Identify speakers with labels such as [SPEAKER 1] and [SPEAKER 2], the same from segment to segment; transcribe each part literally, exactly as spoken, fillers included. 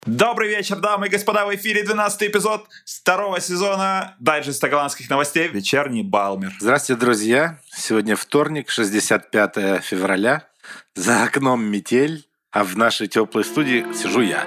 [SPEAKER 1] Добрый вечер, дамы и господа, в эфире двенадцатый эпизод второго сезона дайджеста голландских новостей «Вечерний Балмер».
[SPEAKER 2] Здравствуйте, друзья. Сегодня вторник, шестьдесят пятое февраля. За окном метель, а в нашей теплой студии сижу я.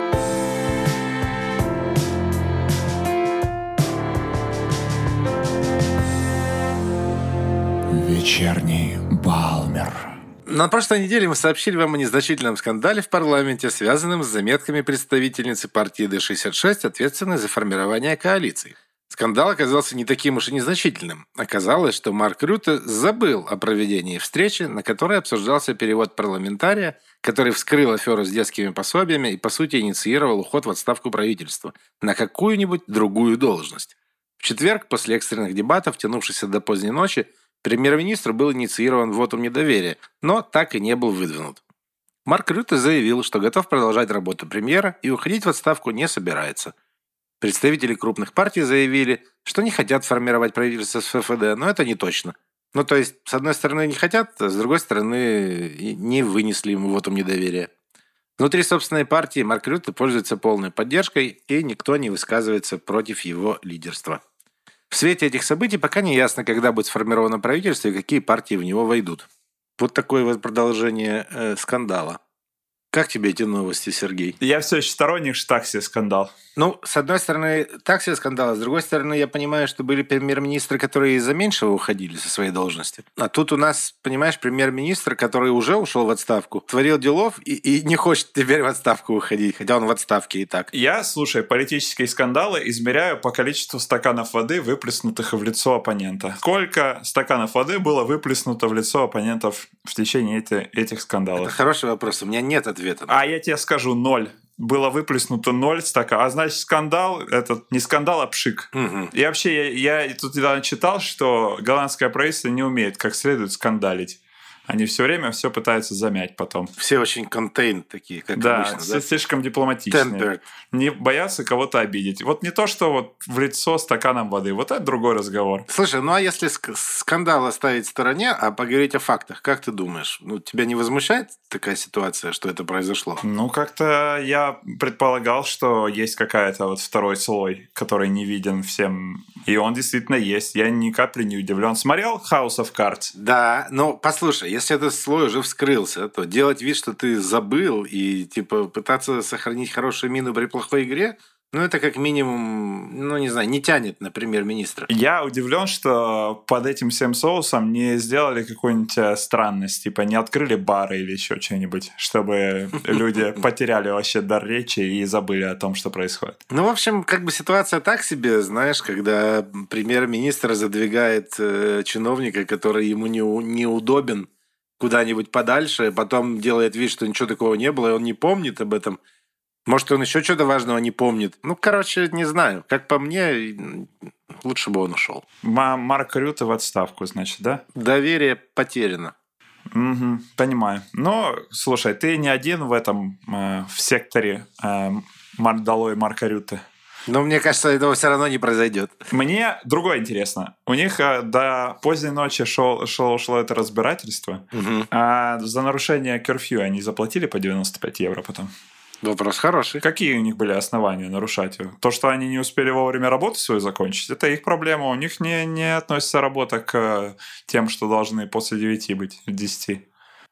[SPEAKER 1] «Вечерний Балмер».
[SPEAKER 2] На прошлой неделе мы сообщили вам о незначительном скандале в парламенте, связанном с заметками представительницы партии Д шестьдесят шесть, ответственной за формирование коалиции. Скандал оказался не таким уж и незначительным. Оказалось, что Марк Рютте забыл о проведении встречи, на которой обсуждался перевод парламентария, который вскрыл аферу с детскими пособиями и, по сути, инициировал уход в отставку правительства на какую-нибудь другую должность. В четверг, после экстренных дебатов, тянувшихся до поздней ночи, премьер-министру был инициирован вотум недоверия, но так и не был выдвинут. Марк Рютте заявил, что готов продолжать работу премьера и уходить в отставку не собирается. Представители крупных партий заявили, что не хотят формировать правительство с Эф Эф Дэ, но это не точно. Ну, то есть, с одной стороны, не хотят, а с другой стороны, не вынесли ему вотум недоверия. Внутри собственной партии Марк Рютте пользуется полной поддержкой, и никто не высказывается против его лидерства. В свете этих событий пока не ясно, когда будет сформировано правительство и какие партии в него войдут. Вот такое вот продолжение э, скандала. Как тебе эти новости, Сергей?
[SPEAKER 1] Я все еще сторонник такси-скандал.
[SPEAKER 2] Ну, с одной стороны, такси скандал, а с другой стороны, я понимаю, что были премьер-министры, которые из-за меньшего уходили со своей должности. А тут у нас, понимаешь, премьер-министр, который уже ушел в отставку, творил делов и, и не хочет теперь в отставку уходить, хотя он в отставке и так.
[SPEAKER 1] Я, слушай, политические скандалы измеряю по количеству стаканов воды, выплеснутых в лицо оппонента. Сколько стаканов воды было выплеснуто в лицо оппонентов в течение эти, этих скандалов?
[SPEAKER 2] Это хороший вопрос, у меня нет ответа.
[SPEAKER 1] А я тебе скажу, ноль. Было выплеснуто ноль стаканов. А значит, скандал, этот не скандал, а пшик.
[SPEAKER 2] Угу.
[SPEAKER 1] И вообще, я, я тут недавно читал, что голландское правительство не умеет как следует скандалить. Они все время все пытаются замять потом.
[SPEAKER 2] Все очень контейн такие, как
[SPEAKER 1] да,
[SPEAKER 2] обычно.
[SPEAKER 1] все
[SPEAKER 2] Да,
[SPEAKER 1] слишком дипломатичные.
[SPEAKER 2] Темперed.
[SPEAKER 1] Не боятся кого-то обидеть. Вот не то, что вот в лицо стаканом воды. Вот это другой разговор.
[SPEAKER 2] Слушай, ну а если ск- скандал оставить в стороне, а поговорить о фактах, как ты думаешь? Ну, тебя не возмущает такая ситуация, что это произошло?
[SPEAKER 1] Ну, как-то я предполагал, что есть какая-то вот второй слой, который не виден всем. И он действительно есть. Я ни капли не удивлен. Смотрел House of Cards?
[SPEAKER 2] Да, но послушай, если этот слой уже вскрылся, то делать вид, что ты забыл, и типа пытаться сохранить хорошую мину при плохой игре, ну это как минимум, ну не знаю, не тянет на премьер-министра.
[SPEAKER 1] Я удивлен, что под этим всем соусом не сделали какую-нибудь странность, типа не открыли бары или еще что-нибудь, чтобы люди потеряли вообще дар речи и забыли о том, что происходит.
[SPEAKER 2] Ну, в общем, как бы ситуация так себе, знаешь, когда премьер-министр задвигает э, чиновника, который ему не, неудобен, куда-нибудь подальше, потом делает вид, что ничего такого не было, и он не помнит об этом. Может, он еще что-то важного не помнит. Ну, короче, не знаю. Как по мне, лучше бы он ушел.
[SPEAKER 1] М- Марк Рютте в отставку, значит, да?
[SPEAKER 2] Доверие потеряно.
[SPEAKER 1] Угу, понимаю. Но, слушай, ты не один в этом, э, в секторе э, Мардалой Марка Рютте.
[SPEAKER 2] Но мне кажется, этого все равно не произойдет.
[SPEAKER 1] Мне другое интересно. У них э, до поздней ночи шел, шло, шло это разбирательство.
[SPEAKER 2] Угу.
[SPEAKER 1] А за нарушение кёрфью они заплатили по девяносто пять евро потом?
[SPEAKER 2] Вопрос хороший.
[SPEAKER 1] Какие у них были основания нарушать его? То, что они не успели вовремя работу свою закончить, это их проблема. У них не, не относится работа к тем, что должны после девяти быть, десяти.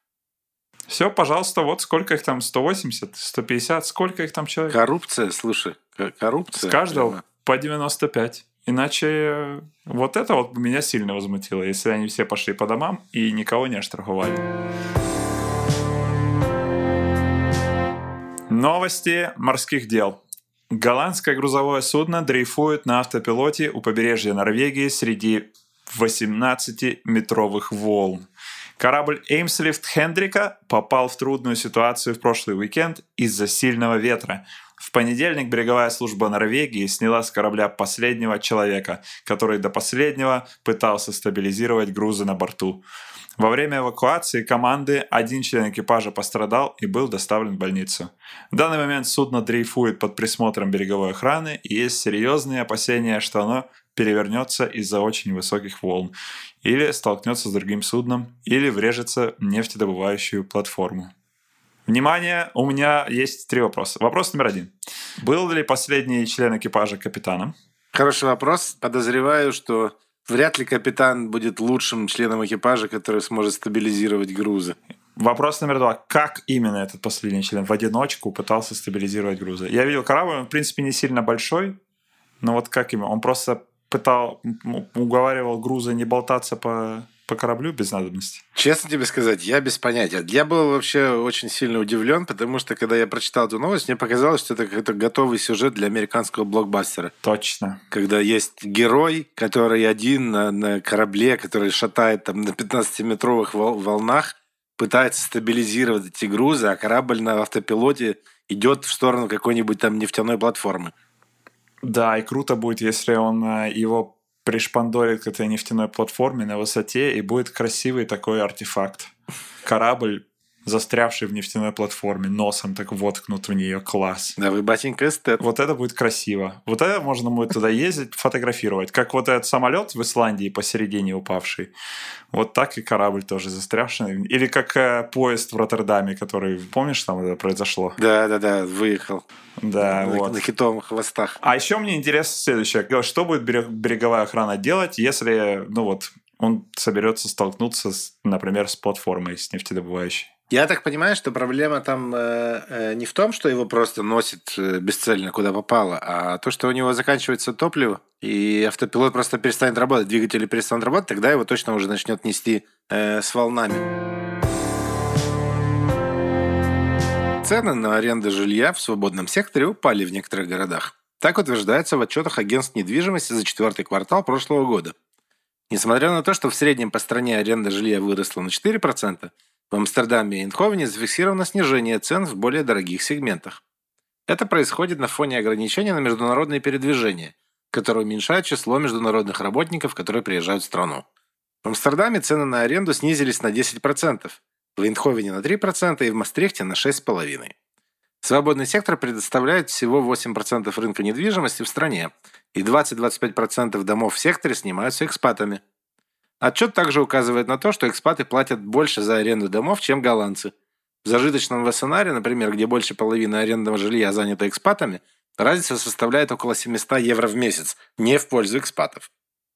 [SPEAKER 1] Все, пожалуйста, вот сколько их там, сто восемьдесят, сто пятьдесят, сколько их там человек?
[SPEAKER 2] Коррупция, слушай, коррупция.
[SPEAKER 1] С каждого
[SPEAKER 2] прямо.
[SPEAKER 1] по девяносто пять. Иначе вот это вот меня сильно возмутило, если они все пошли по домам и никого не оштрафовали. Новости морских дел. Голландское грузовое судно дрейфует на автопилоте у побережья Норвегии среди восемнадцатиметровых волн. Корабль Эймслифт Хендрика попал в трудную ситуацию в прошлый уикенд из-за сильного ветра. В понедельник береговая служба Норвегии сняла с корабля последнего человека, который до последнего пытался стабилизировать грузы на борту. Во время эвакуации команды один член экипажа пострадал и был доставлен в больницу. В данный момент судно дрейфует под присмотром береговой охраны, и есть серьезные опасения, что оно перевернется из-за очень высоких волн, или столкнется с другим судном, или врежется в нефтедобывающую платформу. Внимание, у меня есть три вопроса. Вопрос номер один. Был ли последний член экипажа капитаном?
[SPEAKER 2] Хороший вопрос. Подозреваю, что вряд ли капитан будет лучшим членом экипажа, который сможет стабилизировать грузы.
[SPEAKER 1] Вопрос номер два. Как именно этот последний член в одиночку пытался стабилизировать грузы? Я видел корабль, он, в принципе, не сильно большой, но вот как именно? Он просто пытал, уговаривал грузы не болтаться по, по кораблю без надобности?
[SPEAKER 2] Честно тебе сказать, я без понятия. Я был вообще очень сильно удивлен, потому что, когда я прочитал эту новость, мне показалось, что это какой-то готовый сюжет для американского блокбастера.
[SPEAKER 1] Точно.
[SPEAKER 2] Когда есть герой, который один на, на корабле, который шатает там на пятнадцатиметровых вол- волнах, пытается стабилизировать эти грузы, а корабль на автопилоте идет в сторону какой-нибудь там нефтяной платформы.
[SPEAKER 1] Да, и круто будет, если он его пришпандорит к этой нефтяной платформе на высоте, и будет красивый такой артефакт. Корабль, застрявший в нефтяной платформе, носом так воткнут в нее. Класс.
[SPEAKER 2] Да, вы, батенька, эстет.
[SPEAKER 1] Вот это будет красиво. Вот это можно будет туда ездить, фотографировать. Как вот этот самолет в Исландии посередине упавший. Вот так и корабль тоже застрявший. Или как э, поезд в Роттердаме, который, помнишь, там это произошло?
[SPEAKER 2] Да, да, да, выехал.
[SPEAKER 1] Да,
[SPEAKER 2] на,
[SPEAKER 1] вот.
[SPEAKER 2] На хитовых хвостах.
[SPEAKER 1] А еще мне интересно следующее. Что будет береговая охрана делать, если, ну вот, он соберется столкнуться, с, например, с платформой, с нефтедобывающей?
[SPEAKER 2] Я так понимаю, что проблема там э, э, не в том, что его просто носит э, бесцельно куда попало, а то, что у него заканчивается топливо, и автопилот просто перестанет работать, двигатели перестанут работать, тогда его точно уже начнет нести э, с волнами. Цены на аренду жилья в свободном секторе упали в некоторых городах. Так утверждается в отчетах агентств недвижимости за четвертый квартал прошлого года. Несмотря на то, что в среднем по стране аренда жилья выросла на четыре процента, в Амстердаме и Эйндховене зафиксировано снижение цен в более дорогих сегментах. Это происходит на фоне ограничений на международные передвижения, которые уменьшают число международных работников, которые приезжают в страну. В Амстердаме цены на аренду снизились на десять процентов, в Эйндховене на три процента и в Мастрихте на шесть целых пять десятых процента. Свободный сектор предоставляет всего восемь процентов рынка недвижимости в стране, и двадцать-двадцать пять процентов домов в секторе снимаются экспатами. Отчет также указывает на то, что экспаты платят больше за аренду домов, чем голландцы. В зажиточном Вессенаре, например, где больше половины арендного жилья занято экспатами, разница составляет около семьсот евро в месяц, не в пользу экспатов.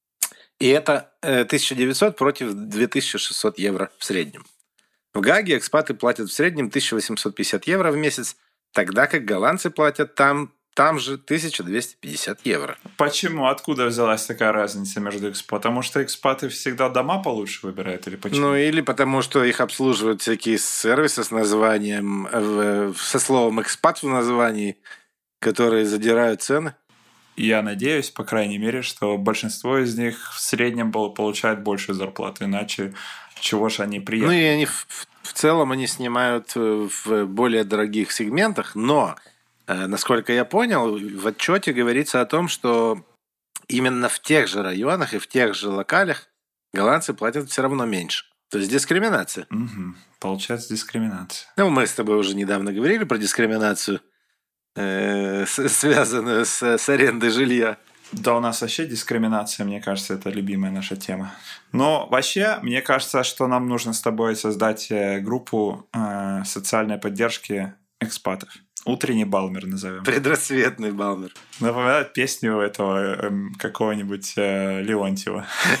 [SPEAKER 2] И это э, тысяча девятьсот против две тысячи шестьсот евро в среднем. В Гааге экспаты платят в среднем тысяча восемьсот пятьдесят евро в месяц, тогда как голландцы платят там Там же тысяча двести пятьдесят евро.
[SPEAKER 1] Почему? Откуда взялась такая разница между экспатами? Потому что экспаты всегда дома получше выбирают? Или почему?
[SPEAKER 2] Ну, или потому что их обслуживают всякие сервисы с названием, со словом «экспат» в названии, которые задирают цены.
[SPEAKER 1] Я надеюсь, по крайней мере, что большинство из них в среднем получают большую зарплату, иначе чего же они приехали?
[SPEAKER 2] Ну, и они в, в целом они снимают в более дорогих сегментах, но... Насколько я понял, в отчете говорится о том, что именно в тех же районах и в тех же локалях голландцы платят все равно меньше. То есть дискриминация.
[SPEAKER 1] Угу. Получается дискриминация.
[SPEAKER 2] Ну, мы с тобой уже недавно говорили про дискриминацию, э, связанную с, с арендой жилья.
[SPEAKER 1] Да, у нас вообще дискриминация, мне кажется, это любимая наша тема. Но вообще, мне кажется, что нам нужно с тобой создать группу э, социальной поддержки экспатов. Утренний Балмер назовем.
[SPEAKER 2] Предрассветный Балмер.
[SPEAKER 1] Напоминает песню этого э, какого-нибудь э, Леонтьева.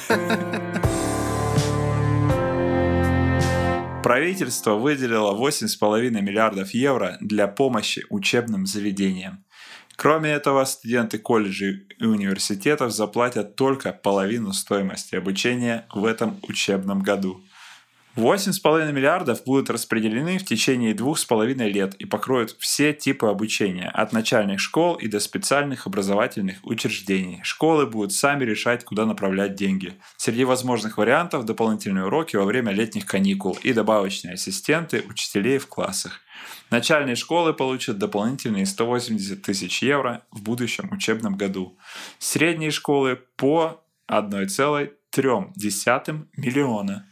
[SPEAKER 1] Правительство выделило восемь целых пять десятых миллиардов евро для помощи учебным заведениям. Кроме этого, студенты колледжей и университетов заплатят только половину стоимости обучения в этом учебном году. восемь целых пять десятых миллиардов будут распределены в течение двух с половиной лет и покроют все типы обучения, от начальных школ и до специальных образовательных учреждений. Школы будут сами решать, куда направлять деньги. Среди возможных вариантов дополнительные уроки во время летних каникул и добавочные ассистенты учителей в классах. Начальные школы получат дополнительные сто восемьдесят тысяч евро в будущем учебном году. Средние школы по одна целая три десятых миллиона.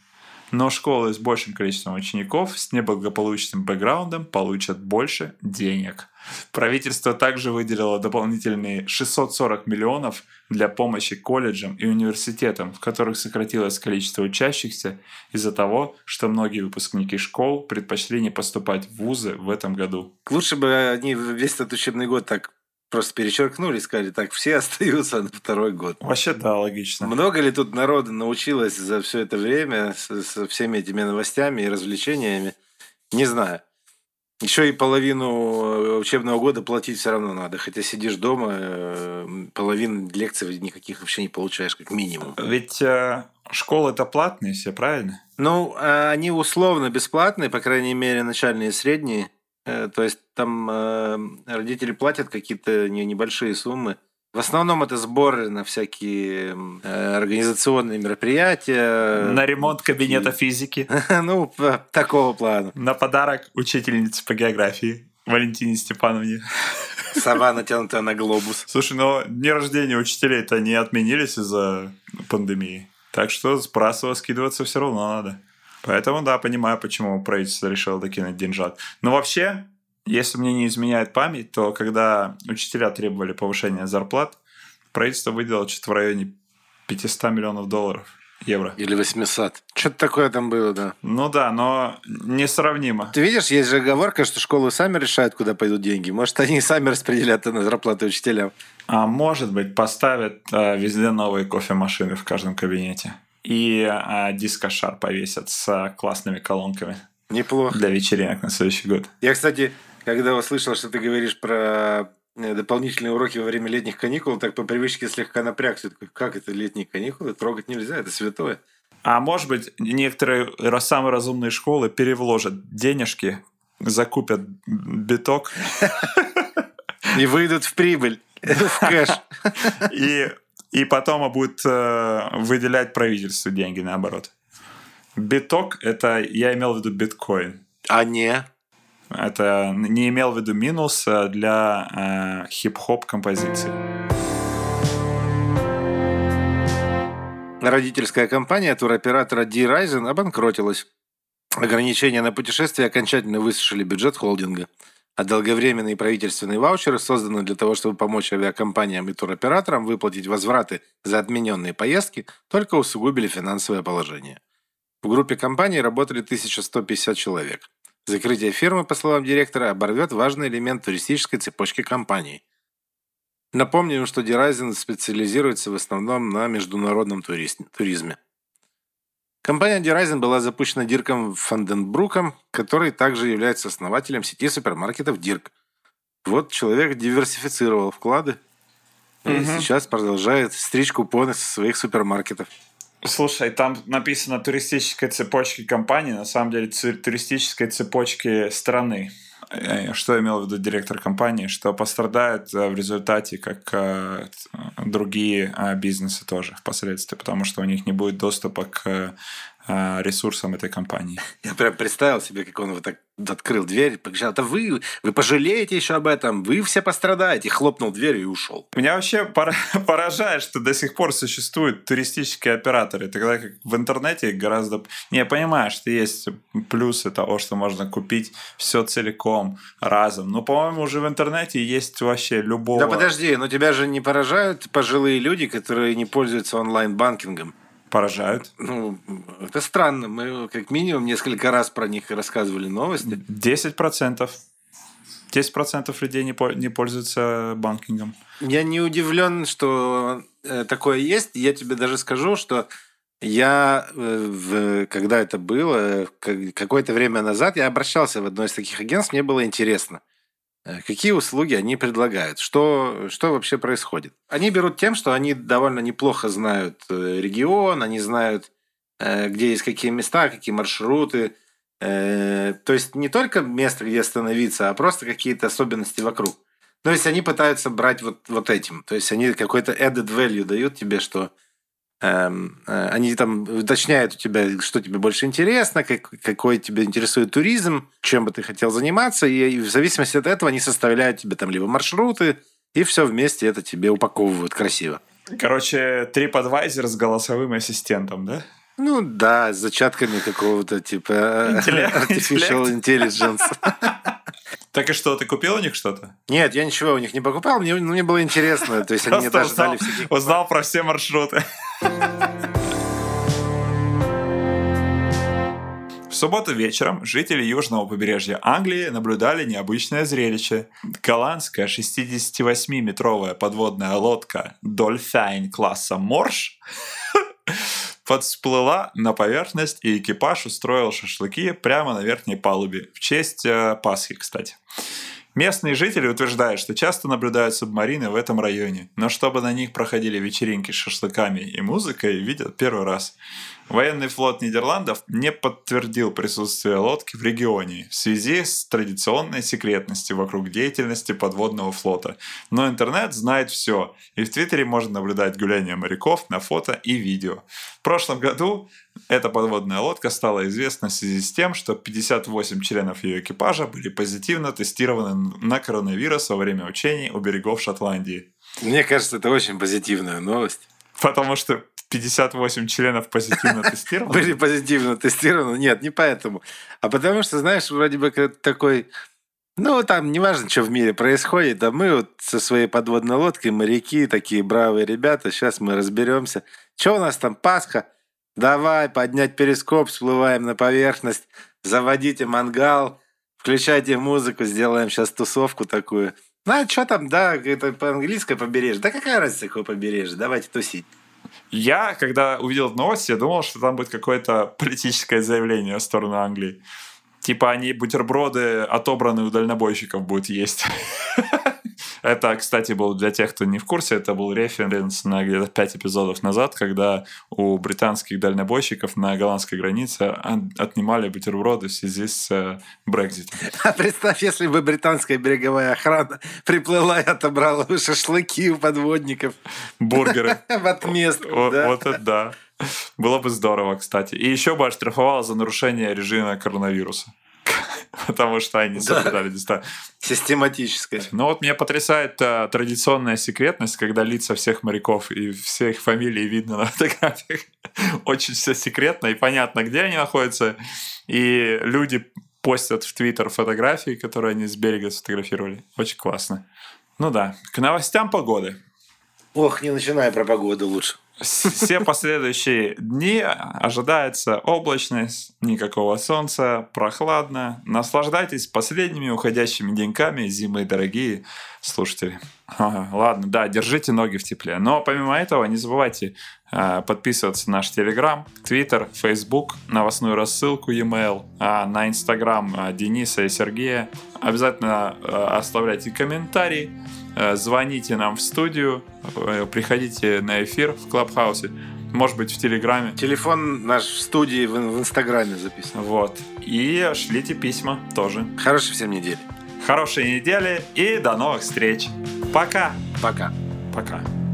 [SPEAKER 1] Но школы с большим количеством учеников с неблагополучным бэкграундом получат больше денег. Правительство также выделило дополнительные шестьсот сорок миллионов для помощи колледжам и университетам, в которых сократилось количество учащихся из-за того, что многие выпускники школ предпочли не поступать в вузы в этом году.
[SPEAKER 2] Лучше бы они весь этот учебный год так просто перечеркнули и сказали, так, все остаются на второй год.
[SPEAKER 1] Вообще, да, логично.
[SPEAKER 2] Много ли тут народу научилось за все это время со, со всеми этими новостями и развлечениями? Не знаю. Еще и половину учебного года платить все равно надо. Хотя сидишь дома, половину лекций никаких вообще не получаешь, как минимум.
[SPEAKER 1] Ведь э, школы-то платные все, правильно?
[SPEAKER 2] Ну, они условно бесплатные, по крайней мере, начальные и средние. То есть там э, родители платят какие-то небольшие суммы. В основном это сборы на всякие э, организационные мероприятия.
[SPEAKER 1] На ремонт кабинета физики.
[SPEAKER 2] Ну, такого плана.
[SPEAKER 1] На подарок учительнице по географии Валентине Степановне.
[SPEAKER 2] Сова, натянутая на глобус.
[SPEAKER 1] Слушай, но дни рождения учителей-то не отменились из-за пандемии. Так что с Прасова скидываться все равно надо. Поэтому, да, понимаю, почему правительство решило докинуть деньжат. Но вообще, если мне не изменяет память, то когда учителя требовали повышения зарплат, правительство выделило что-то в районе пятьсот миллионов долларов, евро.
[SPEAKER 2] Или восемьсот. Что-то такое там было, да.
[SPEAKER 1] Ну да, но несравнимо.
[SPEAKER 2] Ты видишь, есть же оговорка, что школы сами решают, куда пойдут деньги. Может, они сами распределят на зарплаты учителям.
[SPEAKER 1] А может быть, поставят а, везде новые кофемашины в каждом кабинете. И а, дискошар повесят с а, классными колонками.
[SPEAKER 2] Неплохо.
[SPEAKER 1] Для вечеринок на следующий год.
[SPEAKER 2] Я, кстати, когда услышал, что ты говоришь про дополнительные уроки во время летних каникул, так по привычке слегка напрягся. Такой, как это летние каникулы? Трогать нельзя, это святое.
[SPEAKER 1] А может быть, некоторые самые разумные школы перевложат денежки, закупят биток.
[SPEAKER 2] И выйдут в прибыль, в кэш.
[SPEAKER 1] И... И потом будут э, выделять правительству деньги, наоборот. Биток – это я имел в виду биткоин.
[SPEAKER 2] А не?
[SPEAKER 1] Это не имел в виду минус для э, хип-хоп композиций.
[SPEAKER 2] Родительская компания туроператора D-Ryzen обанкротилась. Ограничения на путешествия окончательно высушили бюджет холдинга. А долговременные правительственные ваучеры созданы для того, чтобы помочь авиакомпаниям и туроператорам выплатить возвраты за отмененные поездки, только усугубили финансовое положение. В группе компаний работали тысяча сто пятьдесят человек. Закрытие фирмы, по словам директора, оборвет важный элемент туристической цепочки компаний. Напомним, что D-Ryzen специализируется в основном на международном туризме. Компания D-Ryzen была запущена Дирком Ванденбруком, который также является основателем сети супермаркетов Дирк. Вот человек диверсифицировал вклады и угу. сейчас продолжает стричь купоны со своих супермаркетов.
[SPEAKER 1] Слушай, там написано туристической цепочки компании, на самом деле туристической цепочки страны. Что имел в виду директор компании? Что пострадают в результате, как другие бизнесы тоже впоследствии, потому что у них не будет доступа к ресурсам этой компании.
[SPEAKER 2] Я прям представил себе, как он вот так открыл дверь, покричал: да вы, вы пожалеете еще об этом, вы все пострадаете, хлопнул дверью и ушел.
[SPEAKER 1] Меня вообще поражает, что до сих пор существуют туристические операторы, тогда как в интернете гораздо... Не, я понимаю, что есть плюсы того, что можно купить все целиком, разом, но, по-моему, уже в интернете есть вообще любого...
[SPEAKER 2] Да подожди, но тебя же не поражают пожилые люди, которые не пользуются онлайн-банкингом?
[SPEAKER 1] Поражают.
[SPEAKER 2] Ну, это странно. Мы как минимум несколько раз про них рассказывали новости.
[SPEAKER 1] десять процентов. десять процентов людей не пользуются банкингом.
[SPEAKER 2] Я не удивлен, что такое есть. Я тебе даже скажу, что я, когда это было, какое-то время назад, я обращался в одно из таких агентств, мне было интересно, какие услуги они предлагают, что, что вообще происходит. Они берут тем, что они довольно неплохо знают регион, они знают, где есть какие места, какие маршруты. То есть не только место, где остановиться, а просто какие-то особенности вокруг. То есть они пытаются брать вот, вот этим. То есть они какой-то added value дают тебе, что они там уточняют у тебя, что тебе больше интересно, как, какой тебе интересует туризм, чем бы ты хотел заниматься, и в зависимости от этого они составляют тебе там либо маршруты, и все вместе это тебе упаковывают красиво.
[SPEAKER 1] Короче, TripAdvisor с голосовым ассистентом, да?
[SPEAKER 2] Ну да, с зачатками какого-то типа
[SPEAKER 1] Интеллект,
[SPEAKER 2] artificial intelligence.
[SPEAKER 1] Так и что, ты купил у них что-то?
[SPEAKER 2] Нет, я ничего у них не покупал, мне, мне было интересно. То есть они мне даже
[SPEAKER 1] узнал,
[SPEAKER 2] дали всяких...
[SPEAKER 1] узнал про все маршруты. В субботу вечером жители южного побережья Англии наблюдали необычное зрелище. Голландская шестидесятивосьмиметровая подводная лодка Dolphin класса Морж подсплыла на поверхность, и экипаж устроил шашлыки прямо на верхней палубе. В честь э, Пасхи, кстати. Местные жители утверждают, что часто наблюдают субмарины в этом районе, но чтобы на них проходили вечеринки с шашлыками и музыкой, видят первый раз. Военный флот Нидерландов не подтвердил присутствие лодки в регионе в связи с традиционной секретностью вокруг деятельности подводного флота. Но интернет знает все, и в Твиттере можно наблюдать гуляния моряков на фото и видео. В прошлом году эта подводная лодка стала известна в связи с тем, что пятьдесят восемь членов ее экипажа были позитивно тестированы на коронавирус во время учений у берегов Шотландии.
[SPEAKER 2] Мне кажется, это очень позитивная новость.
[SPEAKER 1] Потому что пятьдесят восемь членов позитивно тестированы?
[SPEAKER 2] Были позитивно тестированы? Нет, не поэтому. А потому что, знаешь, вроде бы такой... Ну, там неважно, что в мире происходит, а мы вот со своей подводной лодкой, моряки, такие бравые ребята, сейчас мы разберемся. Что у нас там, Пасха? Давай, поднять перископ, всплываем на поверхность, заводите мангал, включайте музыку, сделаем сейчас тусовку такую. Ну, а что там, да, это по-английскому побережье. Да какая разница, какое побережье? Давайте тусить.
[SPEAKER 1] Я, когда увидел эту новость, я думал, что там будет какое-то политическое заявление в сторону Англии. Типа они бутерброды, отобранные у дальнобойщиков, будут есть. Это, кстати, был для тех, кто не в курсе, это был референс на где-то пять эпизодов назад, когда у британских дальнобойщиков на голландской границе отнимали бутерброды в связи с Брекситом.
[SPEAKER 2] А представь, если бы британская береговая охрана приплыла и отобрала бы шашлыки у подводников.
[SPEAKER 1] Бургеры.
[SPEAKER 2] В отместку, да.
[SPEAKER 1] Вот это да. Было бы здорово, кстати. И еще бы оштрафовало за нарушение режима коронавируса. Потому что они соблюдали дистанцию.
[SPEAKER 2] Систематическое.
[SPEAKER 1] Но вот меня потрясает а, традиционная секретность, когда лица всех моряков и все их фамилии видно на фотографиях. Очень все секретно и понятно, где они находятся. И люди постят в Твиттер фотографии, которые они с берега сфотографировали. Очень классно. Ну да, к новостям погоды.
[SPEAKER 2] Ох, не начинай про погоду лучше.
[SPEAKER 1] Все последующие дни ожидается облачность, никакого солнца, прохладно. Наслаждайтесь последними уходящими деньками зимы, дорогие слушатели. Ага, ладно, да, держите ноги в тепле. Но помимо этого не забывайте э, подписываться на наш Телеграм, Твиттер, Фейсбук, новостную рассылку e-mail, а на Инстаграм э, Дениса и Сергея. Обязательно э, оставляйте комментарии. Звоните нам в студию, приходите на эфир в Клабхаусе, может быть, в Телеграме.
[SPEAKER 2] Телефон наш в студии в, в Инстаграме записан.
[SPEAKER 1] Вот. И шлите письма тоже.
[SPEAKER 2] Хорошей всем недели.
[SPEAKER 1] Хорошей недели и до новых встреч. Пока.
[SPEAKER 2] Пока.
[SPEAKER 1] Пока.